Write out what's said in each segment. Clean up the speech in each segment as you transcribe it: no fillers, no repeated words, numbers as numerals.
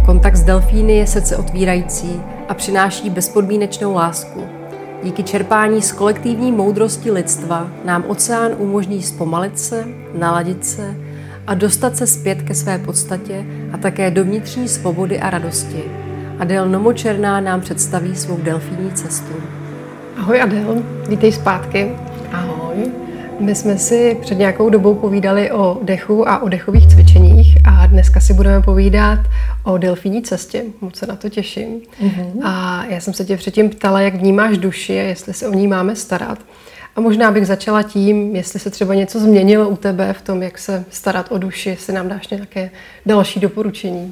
Kontakt s delfíny je srdce otvírající a přináší bezpodmínečnou lásku. Díky čerpání z kolektivní moudrosti lidstva nám oceán umožní zpomalit se, naladit se a dostat se zpět ke své podstatě a také do vnitřní svobody a radosti. Adél Nomočerná nám představí svou delfínní cestu. Ahoj Adél, vítej zpátky. Ahoj. My jsme si před nějakou dobou povídali o dechu a o dechových cvičeních a dneska si budeme povídat o delfínní cestě. Moc se na to těším. A já jsem se tě předtím ptala, jak vnímáš duši a jestli se o ní máme starat. A možná bych začala tím, jestli se třeba něco změnilo u tebe v tom, jak se starat o duši, jestli nám dáš nějaké další doporučení.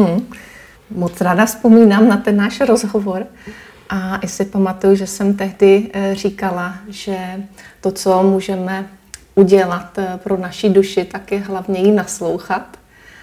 Moc ráda vzpomínám na ten náš rozhovor a i si pamatuju, že jsem tehdy říkala, že to, co můžeme udělat pro naši duši, tak je hlavně jí naslouchat.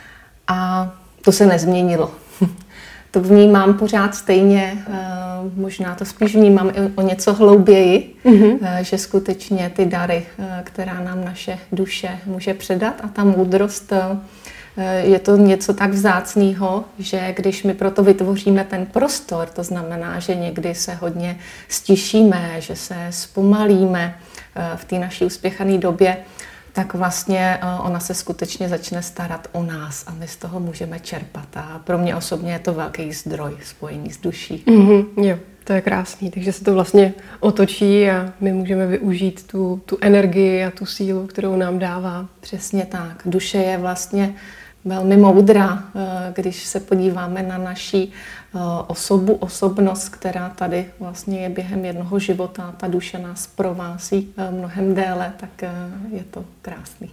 A to se nezměnilo. To vnímám pořád stejně, možná to spíš vnímám i o něco hlouběji, že skutečně ty dary, která nám naše duše může předat a ta moudrost, je to něco tak vzácného, že když my proto vytvoříme ten prostor, to znamená, že někdy se hodně stišíme, že se zpomalíme v té naší uspěchané době, tak vlastně ona se skutečně začne starat o nás a my z toho můžeme čerpat. A pro mě osobně je to velký zdroj spojení s duší. Jo, to je krásný. Takže se to vlastně otočí a my můžeme využít tu energii a tu sílu, kterou nám dává. Přesně tak. Duše je vlastně velmi moudrá, když se podíváme na naší osobnost, která tady vlastně je během jednoho života. Ta duše nás provází mnohem déle, tak je to krásný.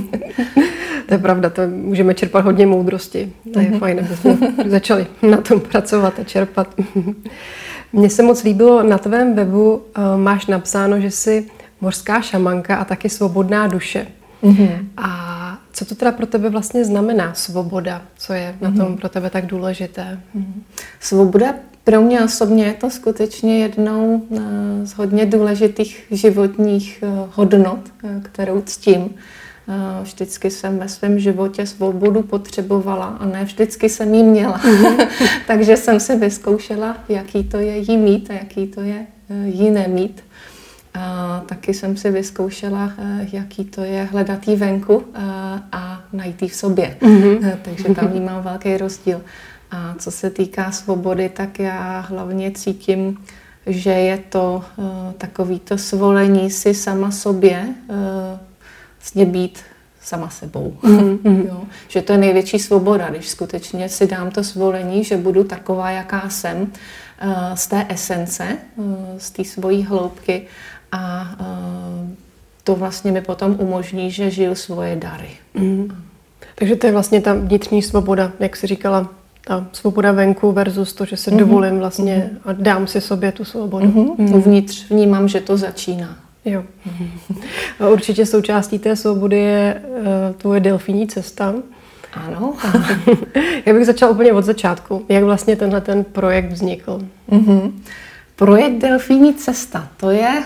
To je pravda, to můžeme čerpat hodně moudrosti. To je fajn, aby jsme začali na tom pracovat a čerpat. Mně se moc líbilo, na tvém webu máš napsáno, že jsi mořská šamanka a taky svobodná duše. A co to teda pro tebe vlastně znamená svoboda? Co je na tom pro tebe tak důležité? Svoboda pro mě osobně je to skutečně jednou z hodně důležitých životních hodnot, kterou ctím. Vždycky jsem ve svém životě svobodu potřebovala a ne vždycky jsem ji měla. Takže jsem si vyzkoušela, jaký to je jí mít a jaký to je jí nemít. Taky jsem si vyzkoušela, jaký to je hledat jí venku a najít jí v sobě. Takže tam vnímám velký rozdíl. A co se týká svobody, tak já hlavně cítím, že je to takovýto svolení si sama sobě, vlastně být sama sebou. Jo? Že to je největší svoboda, když skutečně si dám to svolení, že budu taková, jaká jsem, z té esence, z té svojí hloubky a to vlastně mi potom umožní, že žiju svoje dary. Takže to je vlastně ta vnitřní svoboda, jak jsi říkala, ta svoboda venku versus to, že se dovolím vlastně a dám si sobě tu svobodu. Uvnitř vnímám, že to začíná. Jo. A určitě součástí té svobody je tvoje delfínní cesta. Ano. Já bych začala úplně od začátku. Jak vlastně tenhle ten projekt vznikl? Projekt Delfínní cesta, to je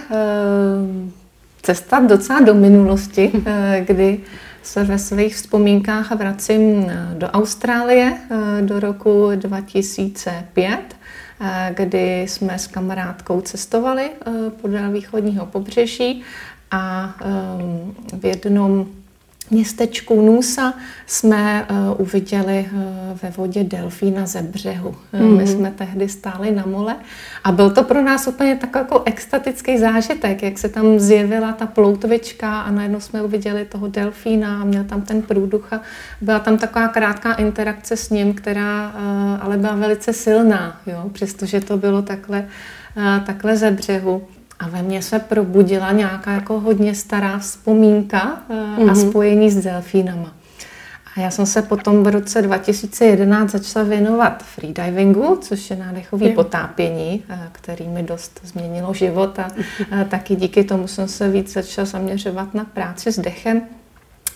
cesta docela do minulosti, kdy se ve svých vzpomínkách vracím do Austrálie do roku 2005, kdy jsme s kamarádkou cestovali podél východního pobřeží a v jednom městečku Noosa jsme uviděli ve vodě delfína ze břehu. My jsme tehdy stáli na mole a byl to pro nás úplně takový jako extatický zážitek, jak se tam zjevila ta ploutvička a najednou jsme uviděli toho delfína a měl tam ten průduch a byla tam taková krátká interakce s ním, která ale byla velice silná, jo? Přestože to bylo takhle ze břehu. A ve mně se probudila nějaká jako hodně stará vzpomínka a spojení s delfínama. A já jsem se potom v roce 2011 začala věnovat freedivingu, což je nádechové potápění, který mi dost změnilo život a taky díky tomu jsem se víc začala zaměřovat na práci s dechem.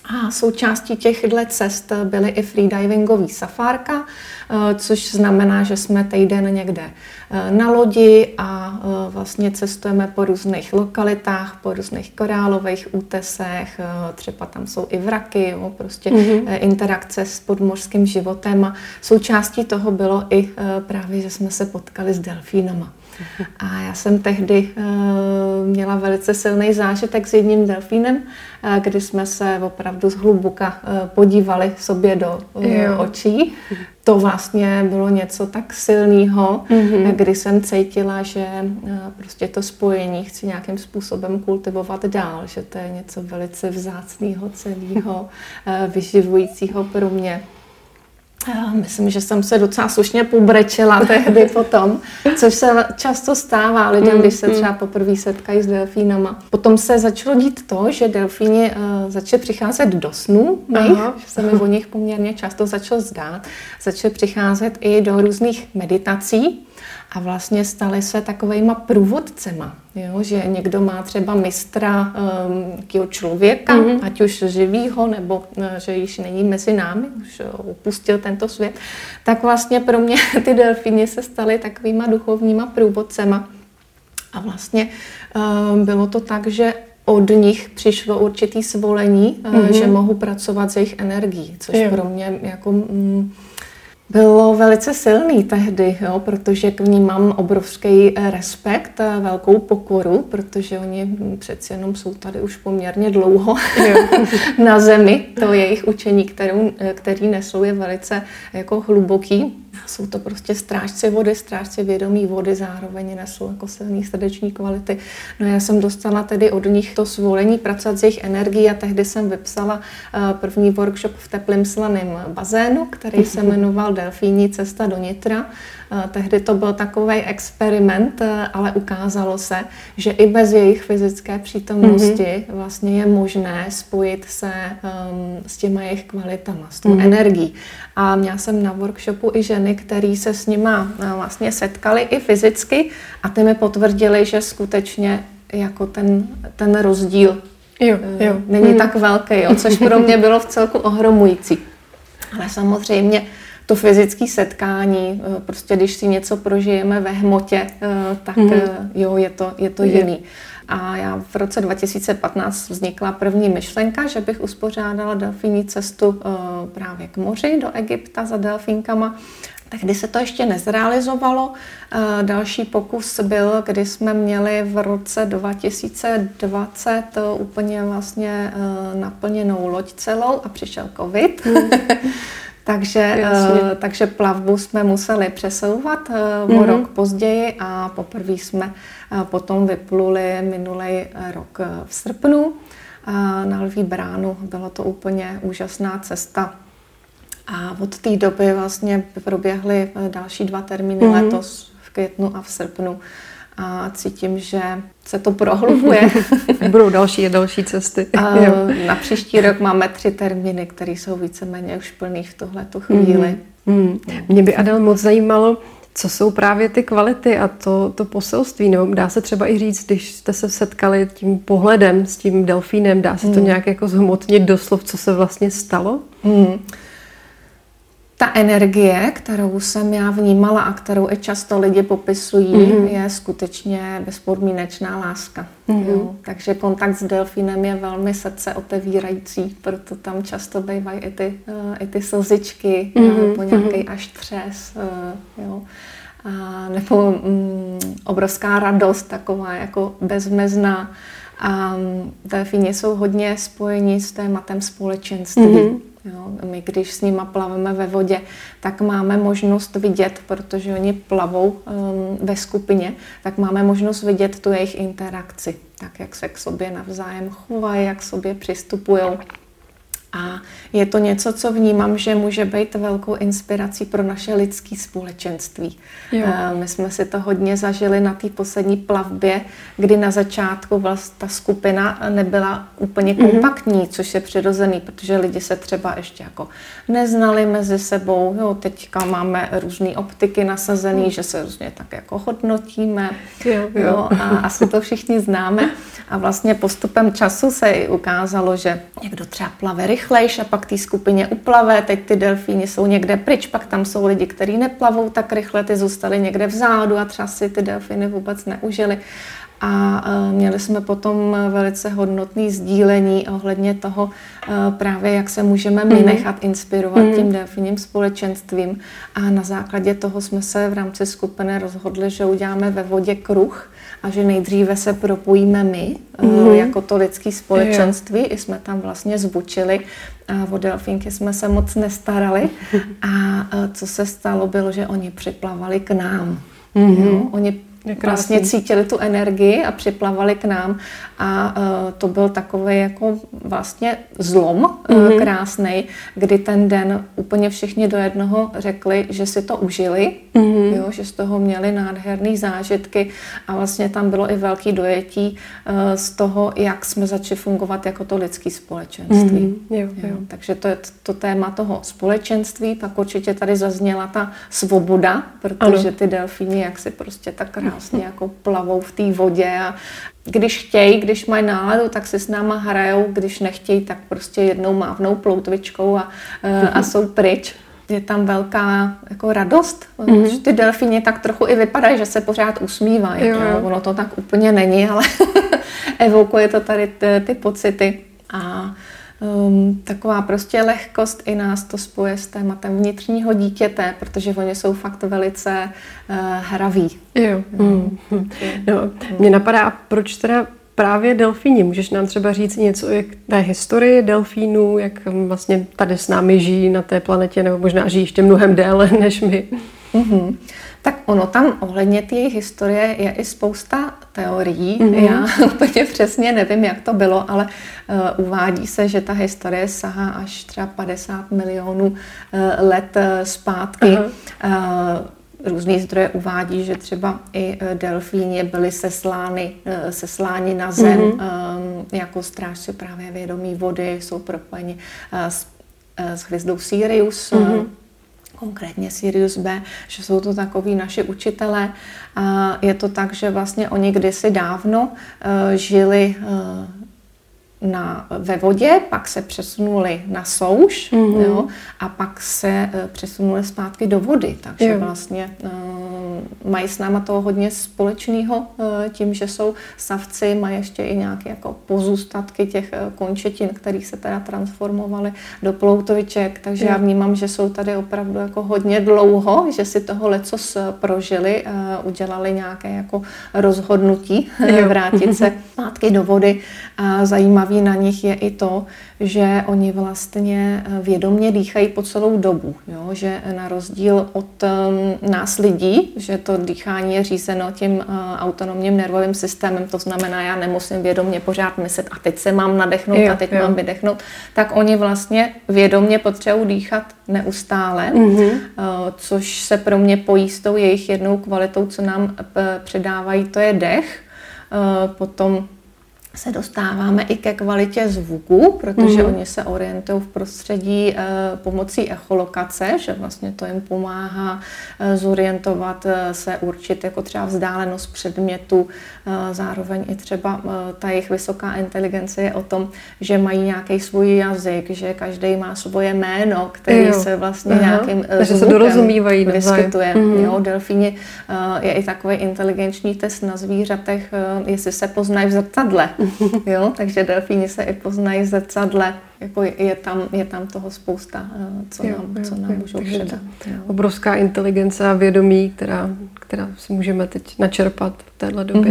A součástí těchto cest byly i freedivingový safárka, což znamená, že jsme týden někde na lodi a vlastně cestujeme po různých lokalitách, po různých korálových útesech, třeba tam jsou i vraky, jo, prostě interakce s podmořským životem a součástí toho bylo i právě, že jsme se potkali s delfínama. A já jsem tehdy měla velice silný zážitek s jedním delfínem, kdy jsme se opravdu zhluboka podívali sobě do očí. To vlastně bylo něco tak silného, kdy jsem cítila, že prostě to spojení chci nějakým způsobem kultivovat dál, že to je něco velice vzácného, cenného, vyživujícího pro mě. Myslím, že jsem se docela slušně pobrečela tehdy potom, což se často stává lidem, když se třeba poprvé setkají s delfínama. Potom se začalo dít to, že delfíni začali přicházet do snů mých, že se mi o nich poměrně často začalo zdát. Začali přicházet i do různých meditací a vlastně staly se takovejma průvodcema, jo? Že někdo má třeba mistra člověka, ať už živýho, nebo že již není mezi námi, už opustil tento svět, tak vlastně pro mě ty delfíny se staly takovýma duchovníma průvodcema. A vlastně bylo to tak, že od nich přišlo určitý svolení, že mohu pracovat s jejich energií, což pro mě jako bylo velice silný tehdy, jo, protože k ním mám obrovský respekt, velkou pokoru, protože oni přeci jenom jsou tady už poměrně dlouho na zemi. To jejich učení, který nesou, je velice jako hluboký. Jsou to prostě strážci vody, strážci vědomí vody, zároveň nesou jako silný srdeční kvality. No já jsem dostala tedy od nich to svolení pracovat s jejich energií a tehdy jsem vypsala první workshop v teplém slaném bazénu, který se jmenoval Delfíní cesta do nitra. Tehdy to byl takový experiment, ale ukázalo se, že i bez jejich fyzické přítomnosti vlastně je možné spojit se s těma jejich kvalitama, s tou energií. A měla jsem na workshopu i ženy, které se s nima vlastně setkaly i fyzicky a ty mi potvrdili, že skutečně jako ten rozdíl není tak velký, což pro mě bylo vcelku ohromující. Ale samozřejmě to fyzické setkání, prostě když si něco prožijeme ve hmotě, tak je to jiný. A já v roce 2015 vznikla první myšlenka, že bych uspořádala delfínní cestu právě k moři do Egypta za delfínkama. Tehdy se to ještě nezrealizovalo. Další pokus byl, kdy jsme měli v roce 2020 úplně vlastně naplněnou loď celou a přišel covid. Takže plavbu jsme museli přesouvat o rok později a poprvé jsme potom vypluli minulý rok v srpnu na Lví bránu. Bylo to úplně úžasná cesta. A od té doby vlastně proběhly další 2 termíny letos v květnu a v srpnu. A cítím, že se to prohlubuje. Budou další a další cesty. Na příští rok máme 3 termíny, které jsou víceméně už plný v tuhletu chvíli. Mě by, Adel, moc zajímalo, co jsou právě ty kvality a to poselství. Nebo dá se třeba i říct, když jste se setkali tím pohledem s tím delfínem, dá se to nějak jako zhmotnit doslov, co se vlastně stalo? Ta energie, kterou jsem já vnímala a kterou i často lidi popisují, je skutečně bezpodmínečná láska. Takže kontakt s delfínem je velmi srdce otevírající, proto tam často bývají i ty slzičky, po nějaký až třes, nebo obrovská radost, taková jako bezmezná. A delfíni jsou hodně spojeni s tématem společenství. Jo, my, když s nima plaveme ve vodě, tak máme možnost vidět, protože oni plavou ve skupině, tak máme možnost vidět tu jejich interakci, tak jak se k sobě navzájem chovají, jak k sobě přistupují. A je to něco, co vnímám, že může být velkou inspirací pro naše lidské společenství. My jsme si to hodně zažili na té poslední plavbě, kdy na začátku vlastně ta skupina nebyla úplně kompaktní, což je přirozený, protože lidi se třeba ještě jako neznali mezi sebou. Jo, teďka máme různé optiky nasazené, že se různě tak jako hodnotíme. Jo, a asi to všichni známe. A vlastně postupem času se i ukázalo, že někdo třeba plave rychlejš a pak té skupině uplave, teď ty delfíni jsou někde pryč, pak tam jsou lidi, kteří neplavou tak rychle, ty zůstaly někde vzadu a třeba si ty delfíny vůbec neužili. A měli jsme potom velice hodnotné sdílení ohledně toho právě, jak se můžeme my nechat inspirovat tím delfínním společenstvím. A na základě toho jsme se v rámci skupiny rozhodli, že uděláme ve vodě kruh a že nejdříve se propojíme my, jako to lidské společenství. I jsme tam vlastně zvučili. A o delfínky jsme se moc nestarali. A co se stalo, bylo, že oni připlavali k nám. Jo? Oni vlastně cítili tu energii a připlavali k nám a to byl takový jako vlastně zlom krásnej, kdy ten den úplně všichni do jednoho řekli, že si to užili, jo, že z toho měli nádherný zážitky a vlastně tam bylo i velký dojetí z toho, jak jsme začali fungovat jako to lidské společenství. Jo. Takže to je to téma toho společenství, pak určitě tady zazněla ta svoboda, protože ty delfíni jak si prostě tak krásně jako plavou v té vodě a když chtějí, když mají náladu, tak si s náma hrajou, když nechtějí, tak prostě jednou mávnou ploutvičkou a jsou pryč. Je tam velká jako radost. Ty delfíni tak trochu i vypadají, že se pořád usmívají. Ono to tak úplně není, ale evokuje to tady ty pocity. A taková prostě lehkost i nás to spoje s tématem vnitřního dítěte, protože oni jsou fakt velice hraví. Mně napadá, proč teda právě delfíni? Můžeš nám třeba říct něco o té historii delfínů, jak vlastně tady s námi žijí na té planetě, nebo možná žijí ještě mnohem déle než my? Tak ono tam ohledně té historie je i spousta teorií. Já úplně přesně nevím, jak to bylo, ale uvádí se, že ta historie sahá až třeba 50 milionů let zpátky. Různý zdroje uvádí, že třeba i delfíni byli sesláni na zem jako strážci právě vědomí vody, jsou propojeni s hvězdou Sirius, konkrétně Sirius B, že jsou to takoví naši učitelé. A je to tak, že vlastně oni kdysi dávno žili ve vodě, pak se přesunuli na souš, jo, a pak se přesunuli zpátky do vody. Takže vlastně mají s náma toho hodně společného tím, že jsou savci, mají ještě i nějaké jako pozůstatky těch končetin, které se teda transformovaly do ploutoviček. Takže já vnímám, že jsou tady opravdu jako hodně dlouho, že si toho lecos prožili, udělali nějaké jako rozhodnutí vrátit se zpátky do vody. A zajímavý na nich je i to, že oni vlastně vědomě dýchají po celou dobu. Jo? Že na rozdíl od nás lidí, že to dýchání je řízeno tím autonomním nervovým systémem, to znamená, já nemusím vědomě pořád myslet a teď se mám nadechnout a teď mám vydechnout, tak oni vlastně vědomě potřebují dýchat neustále, což se pro mě pojí s tou jejich jednou kvalitou, co nám předávají, to je dech. Potom se dostáváme i ke kvalitě zvuku, protože oni se orientují v prostředí pomocí echolokace, že vlastně to jim pomáhá zorientovat se, určit jako třeba vzdálenost předmětu. Zároveň i třeba ta jejich vysoká inteligence je o tom, že mají nějaký svůj jazyk, že každý má svoje jméno, který se vlastně nějakým zvukem vyskytuje. Delfíni je i takový inteligenční test na zvířatech, jestli se poznají v zrcadle. Jo, takže delfíni se i poznají v zrcadle, jako je tam toho spousta, co nám můžou předat. Obrovská inteligence a vědomí, která si můžeme teď načerpat v téhle době.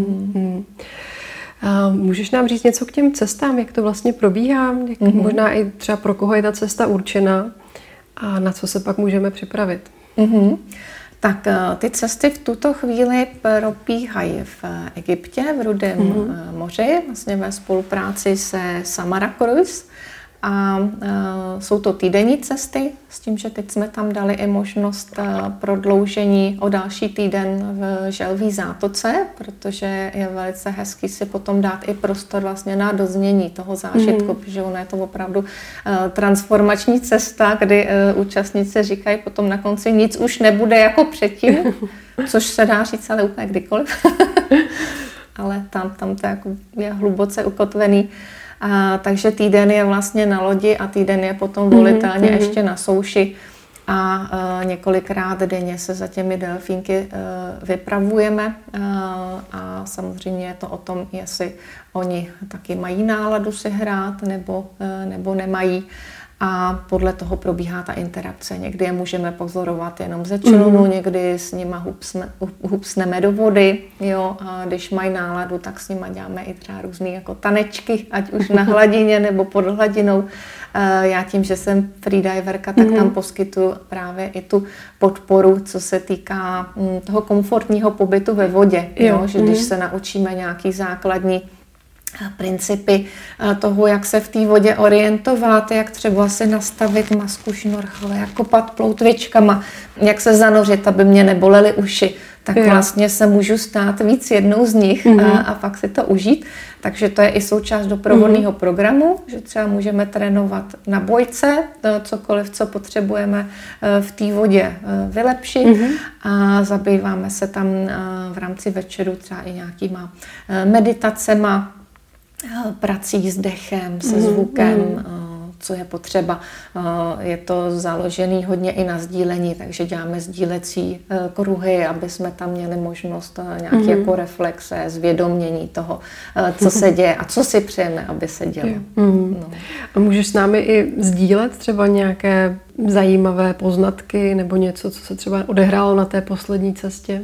A můžeš nám říct něco k těm cestám, jak to vlastně probíhá? Možná i třeba pro koho je ta cesta určená a na co se pak můžeme připravit? Tak ty cesty v tuto chvíli probíhají v Egyptě, v Rudém moři, vlastně ve spolupráci se Samara Cruise. A jsou to týdenní cesty, s tím, že teď jsme tam dali i možnost prodloužení o další týden v Želví zátoce, protože je velice hezký si potom dát i prostor vlastně na doznění toho zážitku, protože ono je to opravdu transformační cesta, kdy účastníci říkají potom na konci, nic už nebude jako předtím, což se dá říct ale úplně kdykoliv, ale tam to je hluboce ukotvený. Takže týden je vlastně na lodi a týden je potom volitelně ještě na souši a několikrát denně se za těmi delfínky vypravujeme a samozřejmě je to o tom, jestli oni taky mají náladu si hrát nebo nemají. A podle toho probíhá ta interakce. Někdy je můžeme pozorovat jenom ze člunu, někdy s nima hupsneme do vody. Jo? A když mají náladu, tak s nima děláme i třeba různý jako tanečky, ať už na hladině nebo pod hladinou. Já tím, že jsem freediverka, tak tam poskytuju právě i tu podporu, co se týká toho komfortního pobytu ve vodě. Jo? Že když se naučíme nějaký základní principy toho, jak se v té vodě orientovat, jak třeba si nastavit masku šnorchele, jak kopat ploutvičkama, jak se zanořit, aby mě nebolely uši, tak vlastně se můžu stát víc jednou z nich a pak si to užít. Takže to je i součást doprovodného programu, že třeba můžeme trénovat na bojce, cokoliv, co potřebujeme v té vodě vylepšit a zabýváme se tam v rámci večeru třeba i nějakýma meditacema, prací s dechem, se zvukem, co je potřeba. Je to založený hodně i na sdílení, takže děláme sdílecí kruhy, aby jsme tam měli možnost nějaké jako reflexe, zvědomění toho, co se děje a co si přejeme, aby se dělo. No. A můžeš s námi i sdílet třeba nějaké zajímavé poznatky nebo něco, co se třeba odehrálo na té poslední cestě?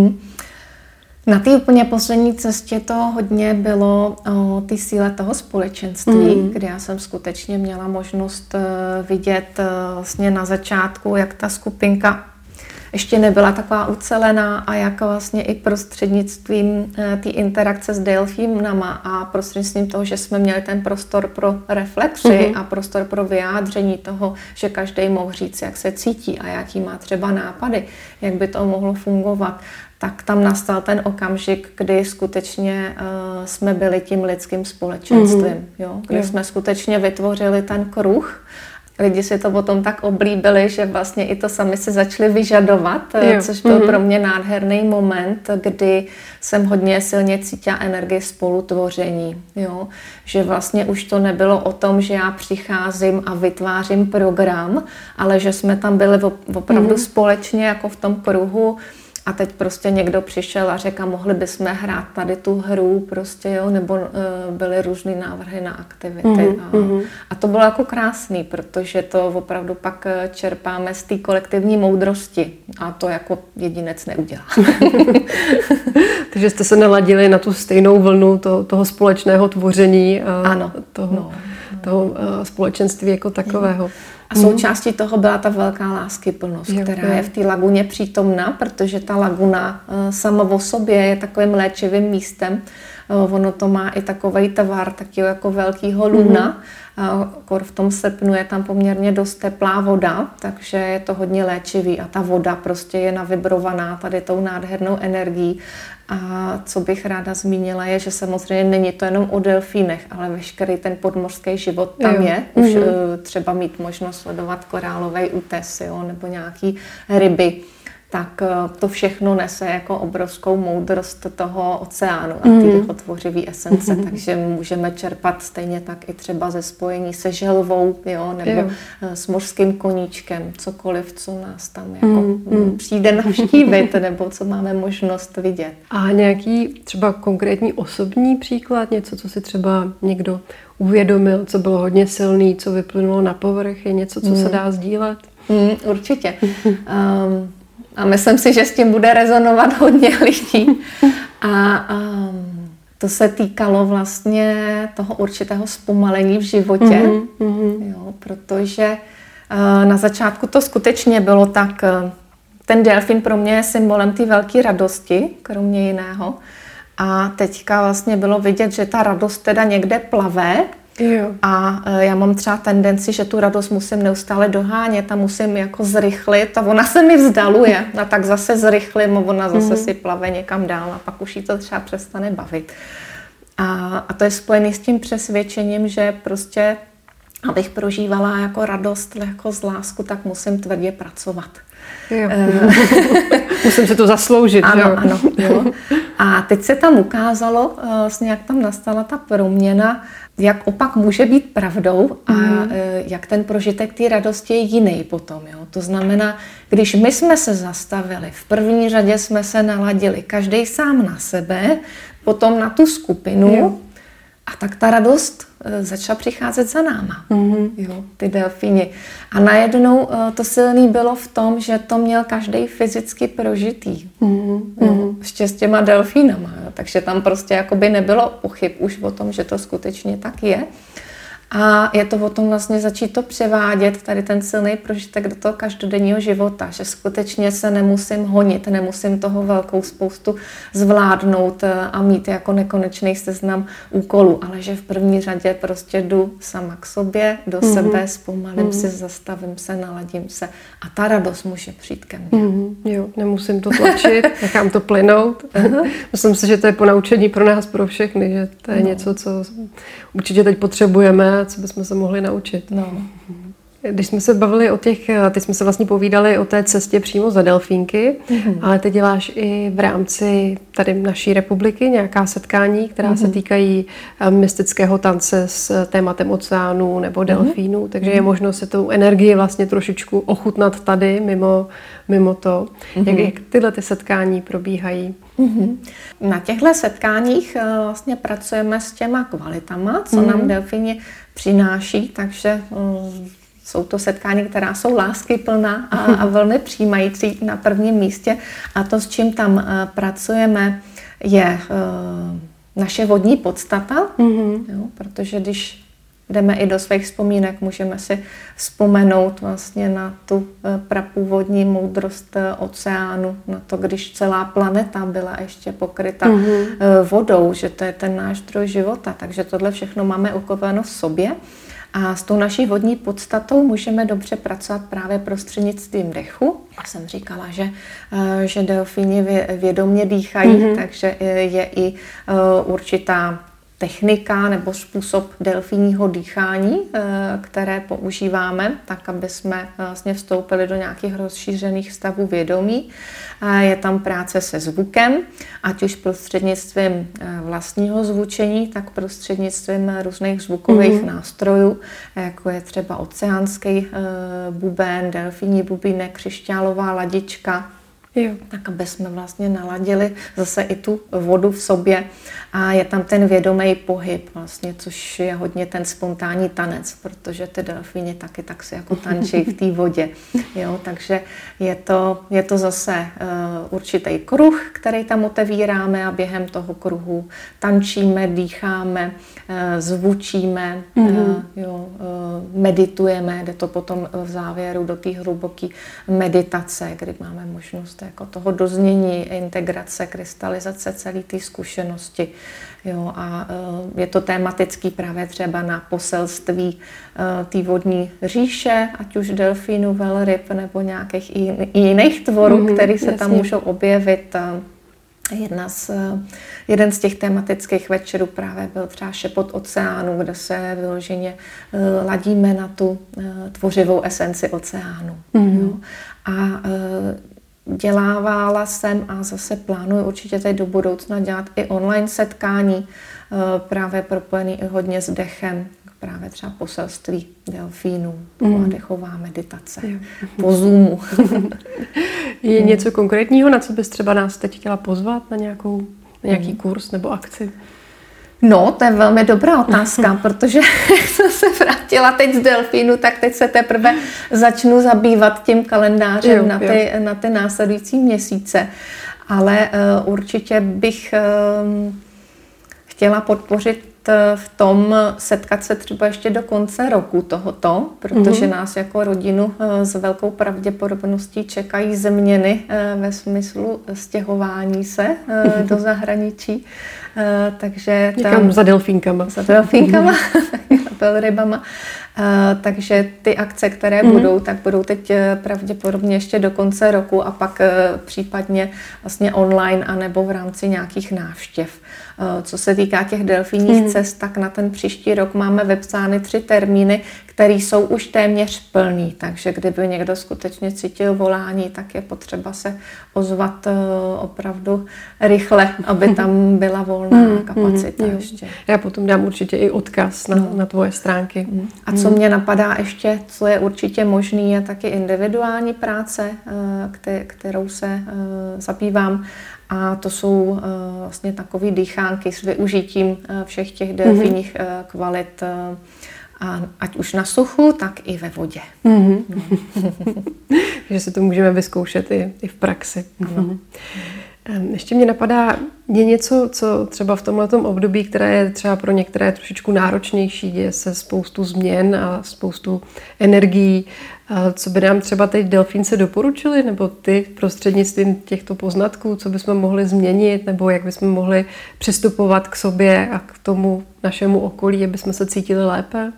Na té úplně poslední cestě to hodně bylo o té síle toho společenství, kde já jsem skutečně měla možnost vidět vlastně na začátku, jak ta skupinka ještě nebyla taková ucelená a jak vlastně i prostřednictvím té interakce s delfínama a prostřednictvím toho, že jsme měli ten prostor pro reflexy a prostor pro vyjádření toho, že každý mohl říct, jak se cítí a jaký má třeba nápady, jak by to mohlo fungovat, tak tam nastal ten okamžik, kdy skutečně jsme byli tím lidským společenstvím, kdy jsme skutečně vytvořili ten kruh. Lidi si to potom tak oblíbili, že vlastně i to sami se začali vyžadovat, což byl pro mě nádherný moment, kdy jsem hodně silně cítila energii spolutvoření. Jo? Že vlastně už to nebylo o tom, že já přicházím a vytvářím program, ale že jsme tam byli opravdu společně jako v tom kruhu. A teď prostě někdo přišel a řekl, mohli bychom hrát tady tu hru prostě, jo, nebo byly různý návrhy na aktivity. A to bylo jako krásný, protože to opravdu pak čerpáme z té kolektivní moudrosti a to jako jedinec neudělá. Takže jste se naladili na tu stejnou vlnu toho společného tvoření, toho společenství jako takového. A součástí toho byla ta velká láskyplnost, která je v té laguně přítomná, protože ta laguna sama o sobě je takovým léčivým místem. Ono to má i takovej tvar, taky jako velkýho luna. V tom srpnu je tam poměrně dost teplá voda, takže je to hodně léčivý a ta voda prostě je navibrovaná tady tou nádhernou energií. A co bych ráda zmínila je, že samozřejmě není to jenom o delfínech, ale veškerý ten podmořský život tam je. Už třeba mít možnost sledovat korálový útes, nebo nějaký ryby. Tak to všechno nese jako obrovskou moudrost toho oceánu a ty jeho tvořivý esence, takže můžeme čerpat stejně tak i třeba ze spojení se želvou, nebo s mořským koníčkem, cokoliv, co nás tam jako přijde navštívit, nebo co máme možnost vidět. A nějaký třeba konkrétní osobní příklad, něco, co si třeba někdo uvědomil, co bylo hodně silný, co vyplynulo na povrch, je něco, co se dá sdílet? Určitě. A myslím si, že s tím bude rezonovat hodně lidí. A to se týkalo vlastně toho určitého zpomalení v životě, protože na začátku to skutečně bylo tak, ten delfín pro mě je symbolem té velké radosti, kromě jiného. A teďka vlastně bylo vidět, že ta radost teda někde plave Jo. A já mám třeba tendenci, že tu radost musím neustále dohánět a musím jako zrychlit a ona se mi vzdaluje. A tak zase zrychlím a ona zase si plave někam dál a pak už jí to třeba přestane bavit. A to je spojené s tím přesvědčením, že prostě, abych prožívala jako radost, jako z lásku, tak musím tvrdě pracovat. Jo. Musím se to zasloužit. Ano, jo? ano. Jo. A teď se tam ukázalo, vlastně jak tam nastala ta proměna, jak opak může být pravdou a jak ten prožitek té radosti je jiný potom. Jo. To znamená, když my jsme se zastavili, v první řadě jsme se naladili, každý sám na sebe, potom na tu skupinu, jo. A tak ta radost začala přicházet za náma, jo, ty delfíni. A najednou to silný bylo v tom, že to měl každý fyzicky prožitý. Jo, ještě s těma delfínama. Jo. Takže tam prostě jakoby nebylo pochyb už o tom, že to skutečně tak je. A je to o tom vlastně začít to převádět, tady ten silný prožitek do toho každodenního života, že skutečně se nemusím honit, nemusím toho velkou spoustu zvládnout a mít jako nekonečný seznam úkolů, ale že v první řadě prostě jdu sama k sobě, do sebe, zpomalím si, zastavím se, naladím se a ta radost může přijít ke mně. Jo, nemusím to tlačit, nechám to plynout. Myslím si, že to je ponaučení pro nás, pro všechny, že to je něco, co určitě teď potřebujeme, co bychom se mohli naučit. No. Když jsme se bavili o těch, teď jsme se vlastně povídali o té cestě přímo za delfínky, ale ty děláš i v rámci tady naší republiky nějaká setkání, která se týkají mystického tance s tématem oceánů nebo delfínů, takže je možno se tou energii vlastně trošičku ochutnat tady, mimo to. Jak tyhle ty setkání probíhají? Na těchto setkáních vlastně pracujeme s těma kvalitama, co nám delfíni přináší, takže jsou to setkání, která jsou láskyplná a velmi přijímající na prvním místě. A to, s čím tam pracujeme, je naše vodní podstata, jo, protože když jdeme i do svých vzpomínek, můžeme si vzpomenout vlastně na tu prapůvodní moudrost oceánu, na to, když celá planeta byla ještě pokryta vodou, že to je ten náš zdroj života. Takže tohle všechno máme ukoveno v sobě. A s tou naší vodní podstatou můžeme dobře pracovat právě prostřednictvím dechu. Já jsem říkala, že delfíni vědomě dýchají, takže je i určitá technika nebo způsob delfínního dýchání, které používáme, tak aby jsme vlastně vstoupili do nějakých rozšířených stavů vědomí. Je tam práce se zvukem, ať už prostřednictvím vlastního zvučení, tak prostřednictvím různých zvukových nástrojů, jako je třeba oceánský buben, delfínní bubínek, křišťálová ladička. Jo. Tak aby jsme vlastně naladili zase i tu vodu v sobě a je tam ten vědomý pohyb vlastně, což je hodně ten spontánní tanec, protože ty delfíni taky tak si jako tančí v té vodě. Jo, takže je to zase určitý kruh, který tam otevíráme a během toho kruhu tančíme, dýcháme, zvučíme, meditujeme, jde to potom v závěru do té hluboké meditace, kdy máme možnost jako toho doznění, integrace, krystalizace celé té zkušenosti. Jo, a je to tematický právě třeba na poselství té vodní říše, ať už delfínů, velryb nebo nějakých i jiných tvorů, které se tam můžou objevit. Jeden z těch tematických večerů právě byl třeba Šepot oceánu, kde se vyloženě ladíme na tu tvořivou esenci oceánu. Jo. A dělávala jsem a zase plánuji určitě tady do budoucna dělat i online setkání, právě propojený i hodně s dechem, právě třeba poselství delfínů, dechová meditace po Zoomu. Je něco konkrétního, na co bys třeba nás teď chtěla pozvat, na nějaký kurz nebo akci? No, to je velmi dobrá otázka, protože jak jsem se vrátila teď z delfínu, tak teď se teprve začnu zabývat tím kalendářem na ty následující měsíce. Ale určitě bych chtěla podpořit v tom setkat se třeba ještě do konce roku tohoto, protože nás jako rodinu s velkou pravděpodobností čekají změny ve smyslu stěhování se do zahraničí. Takže někam za delfínkama. Za delfínkama. velrybama. Takže ty akce, které budou, tak budou teď pravděpodobně ještě do konce roku a pak případně vlastně online anebo v rámci nějakých návštěv. Co se týká těch delfínních cest, tak na ten příští rok máme vypsány 3 termíny, které jsou už téměř plný. Takže kdyby někdo skutečně cítil volání, tak je potřeba se ozvat opravdu rychle, aby tam byla volná kapacita ještě. Já potom dám určitě i odkaz na tvoje stránky. A co mě napadá ještě, co je určitě možný, je taky individuální práce, kterou se zabývám. A to jsou vlastně takové dýchánky s využitím všech těch delfínních kvalit, ať už na suchu, tak i ve vodě. Takže si to můžeme vyzkoušet i v praxi. Ještě mě napadá, je něco, co třeba v tomhletom období, které je třeba pro některé trošičku náročnější, děje se spoustu změn a spoustu energií, co by nám třeba teď delfínce doporučili, nebo ty prostřednictvím těchto poznatků, co bychom mohli změnit, nebo jak bychom mohli přistupovat k sobě a k tomu našemu okolí, aby jsme se cítili lépe?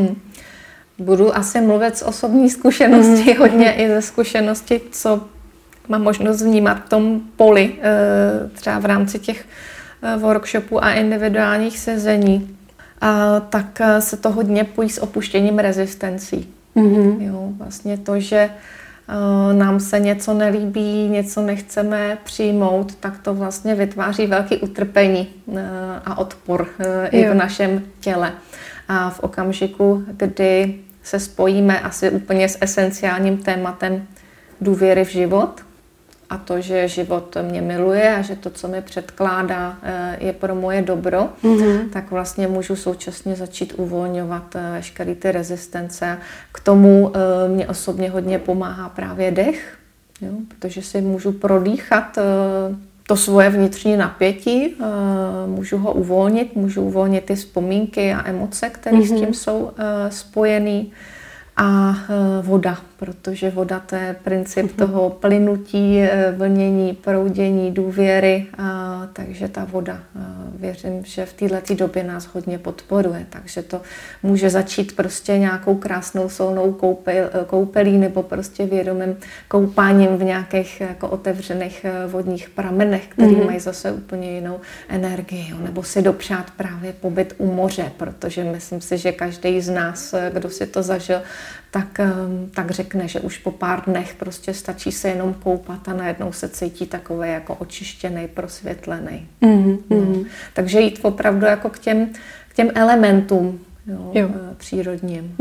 Budu asi mluvit z osobní zkušenosti, hodně i ze zkušenosti, co mám možnost vnímat v tom poli, třeba v rámci těch workshopů a individuálních sezení, tak se to hodně pojí s opuštěním rezistencí. Jo, vlastně to, že nám se něco nelíbí, něco nechceme přijmout, tak to vlastně vytváří velké utrpení a odpor i v našem těle. A v okamžiku, kdy se spojíme asi úplně s esenciálním tématem důvěry v život, a to, že život mě miluje a že to, co mi předkládá, je pro moje dobro, tak vlastně můžu současně začít uvolňovat veškeré ty rezistence. K tomu mě osobně hodně pomáhá právě dech, jo, protože si můžu prodýchat to svoje vnitřní napětí, můžu ho uvolnit, můžu uvolnit ty vzpomínky a emoce, které s tím jsou spojený. A voda, protože voda to je princip toho plynutí, vlnění, proudění, důvěry, takže ta voda, věřím, že v této době nás hodně podporuje, takže to může začít prostě nějakou krásnou solnou koupelí nebo prostě vědomým koupáním v nějakých jako otevřených vodních pramenech, které mají zase úplně jinou energii, nebo si dopřát právě pobyt u moře, protože myslím si, že každý z nás, kdo si to zažil, tak řekne, že už po pár dnech prostě stačí se jenom koupat a najednou se cítí takový jako očištěný, prosvětlený. Takže jít opravdu jako k těm elementům přírodním.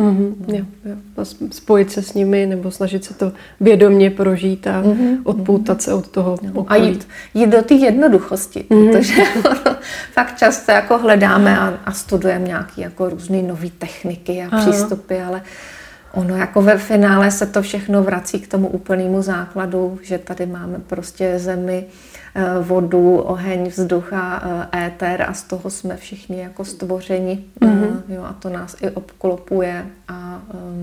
Spojit se s nimi nebo snažit se to vědomě prožít a odpoutat se od toho okolí. A jít do té jednoduchosti, protože fakt často jako hledáme a studujeme nějaké jako různé nové techniky a přístupy, ale ono jako ve finále se to všechno vrací k tomu úplnému základu, že tady máme prostě zemi, vodu, oheň, vzduch a éter a z toho jsme všichni jako stvořeni. Jo, a to nás i obklopuje a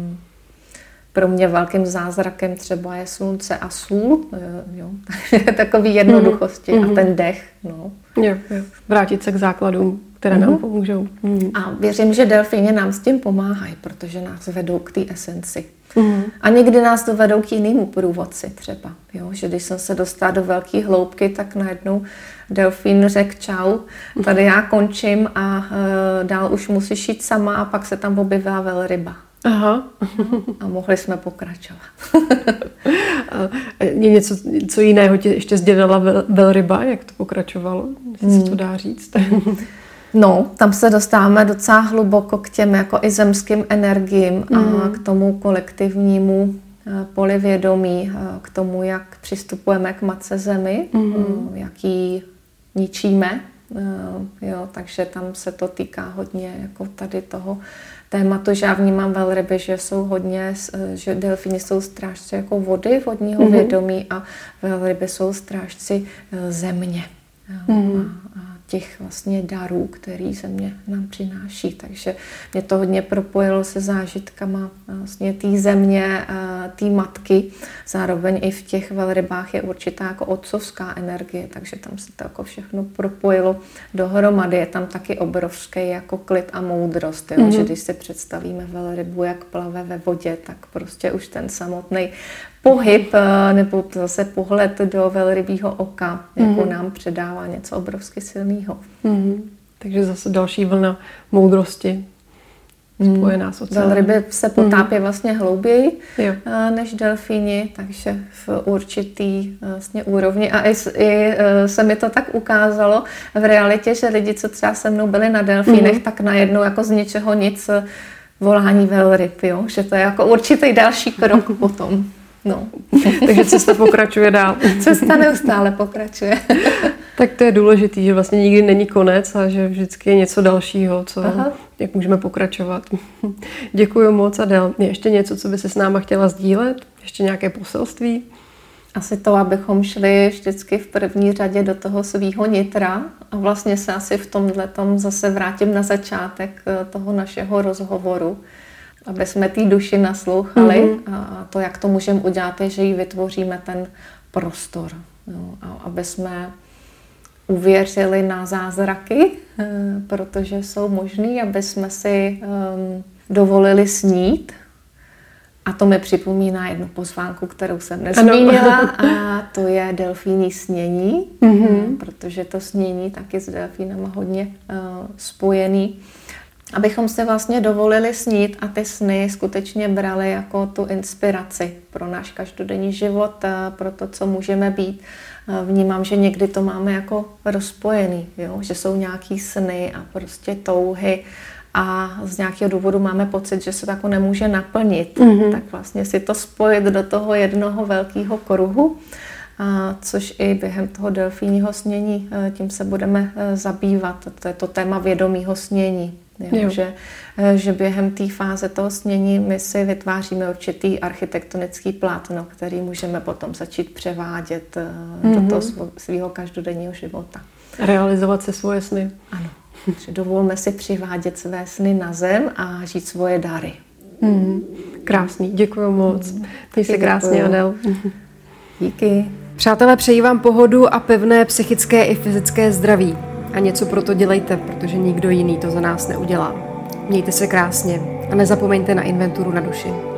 pro mě velkým zázrakem třeba je slunce a sůl. Jo, takže takový jednoduchosti a ten dech. No. Jo. Vrátit se k základům, které nám pomůžou. A věřím, že delfíni nám s tím pomáhají, protože nás vedou k té esenci. A někdy nás dovedou k jinému průvodci třeba. Jo? Že když jsem se dostala do velké hloubky, tak najednou delfín řekl čau, tady já končím a dál už musíš jít sama a pak se tam objevila velryba. Aha. A mohli jsme pokračovat. Je něco, co jiného tě ještě sdělila velryba, jak to pokračovalo? Jestli se to dá říct. No, tam se dostáváme docela hluboko k těm jako i zemským energiím a k tomu kolektivnímu polivědomí, k tomu, jak přistupujeme k matce zemi, jak ji ničíme. Jo, takže tam se to týká hodně jako tady toho tématu, že já vnímám velryby, že jsou hodně, že delfíni jsou strážci jako vody, vodního vědomí a velryby jsou strážci země. A těch vlastně darů, který země nám přináší. Takže mě to hodně propojilo se zážitkama vlastně té země, té matky. Zároveň i v těch velrybách je určitá jako otcovská energie, takže tam se to jako všechno propojilo dohromady. Je tam taky obrovský jako klid a moudrost, jo? Že když si představíme velrybu, jak plave ve vodě, tak prostě už ten samotný pohyb nebo zase pohled do velrybího oka jako nám předává něco obrovsky silného. Takže zase další vlna moudrosti spojená s oceánem. Velryby se potápí vlastně hlouběji než delfíni, takže v určitý vlastně úrovni. A i se mi to tak ukázalo v realitě, že lidi, co třeba se mnou byli na delfínech, tak najednou jako z ničeho nic volání velryb, jo? Že to je jako určitý další krok potom. No. Takže cesta pokračuje dál. Cesta neustále pokračuje. Tak to je důležitý, že vlastně nikdy není konec a že vždycky je něco dalšího, jak můžeme pokračovat. Děkuji moc, Adél. Je ještě něco, co by se s náma chtěla sdílet? Ještě nějaké poselství? Asi to, abychom šli vždycky v první řadě do toho svýho nitra a vlastně se asi v tomhletom zase vrátím na začátek toho našeho rozhovoru, aby jsme té duši naslouchali a to, jak to můžeme udělat, je, že jí vytvoříme ten prostor. Jo, a aby jsme uvěřili na zázraky, protože jsou možný, aby jsme si dovolili snít. A to mi připomíná jednu pozvánku, kterou jsem nezmínila, a to je delfíní snění, protože to snění taky s delfínama hodně spojený. Abychom si vlastně dovolili snít a ty sny skutečně brali jako tu inspiraci pro náš každodenní život, pro to, co můžeme být. Vnímám, že někdy to máme jako rozpojený, jo? Že jsou nějaký sny a prostě touhy a z nějakého důvodu máme pocit, že se to jako nemůže naplnit. Tak vlastně si to spojit do toho jednoho velkého kruhu, což i během toho delfínního snění tím se budeme zabývat. To je to téma vědomího snění. Jo, že během té fáze toho snění my si vytváříme určitý architektonický plátno, který můžeme potom začít převádět do toho svého každodenního života. Realizovat si svoje sny. Ano. Dovolme si přivádět své sny na zem a žít svoje dary. Krásný, děkuji moc. Měj se krásně, Adél. Díky. Přátelé, přeji vám pohodu a pevné psychické i fyzické zdraví. A něco pro to dělejte, protože nikdo jiný to za nás neudělá. Mějte se krásně a nezapomeňte na inventuru na duši.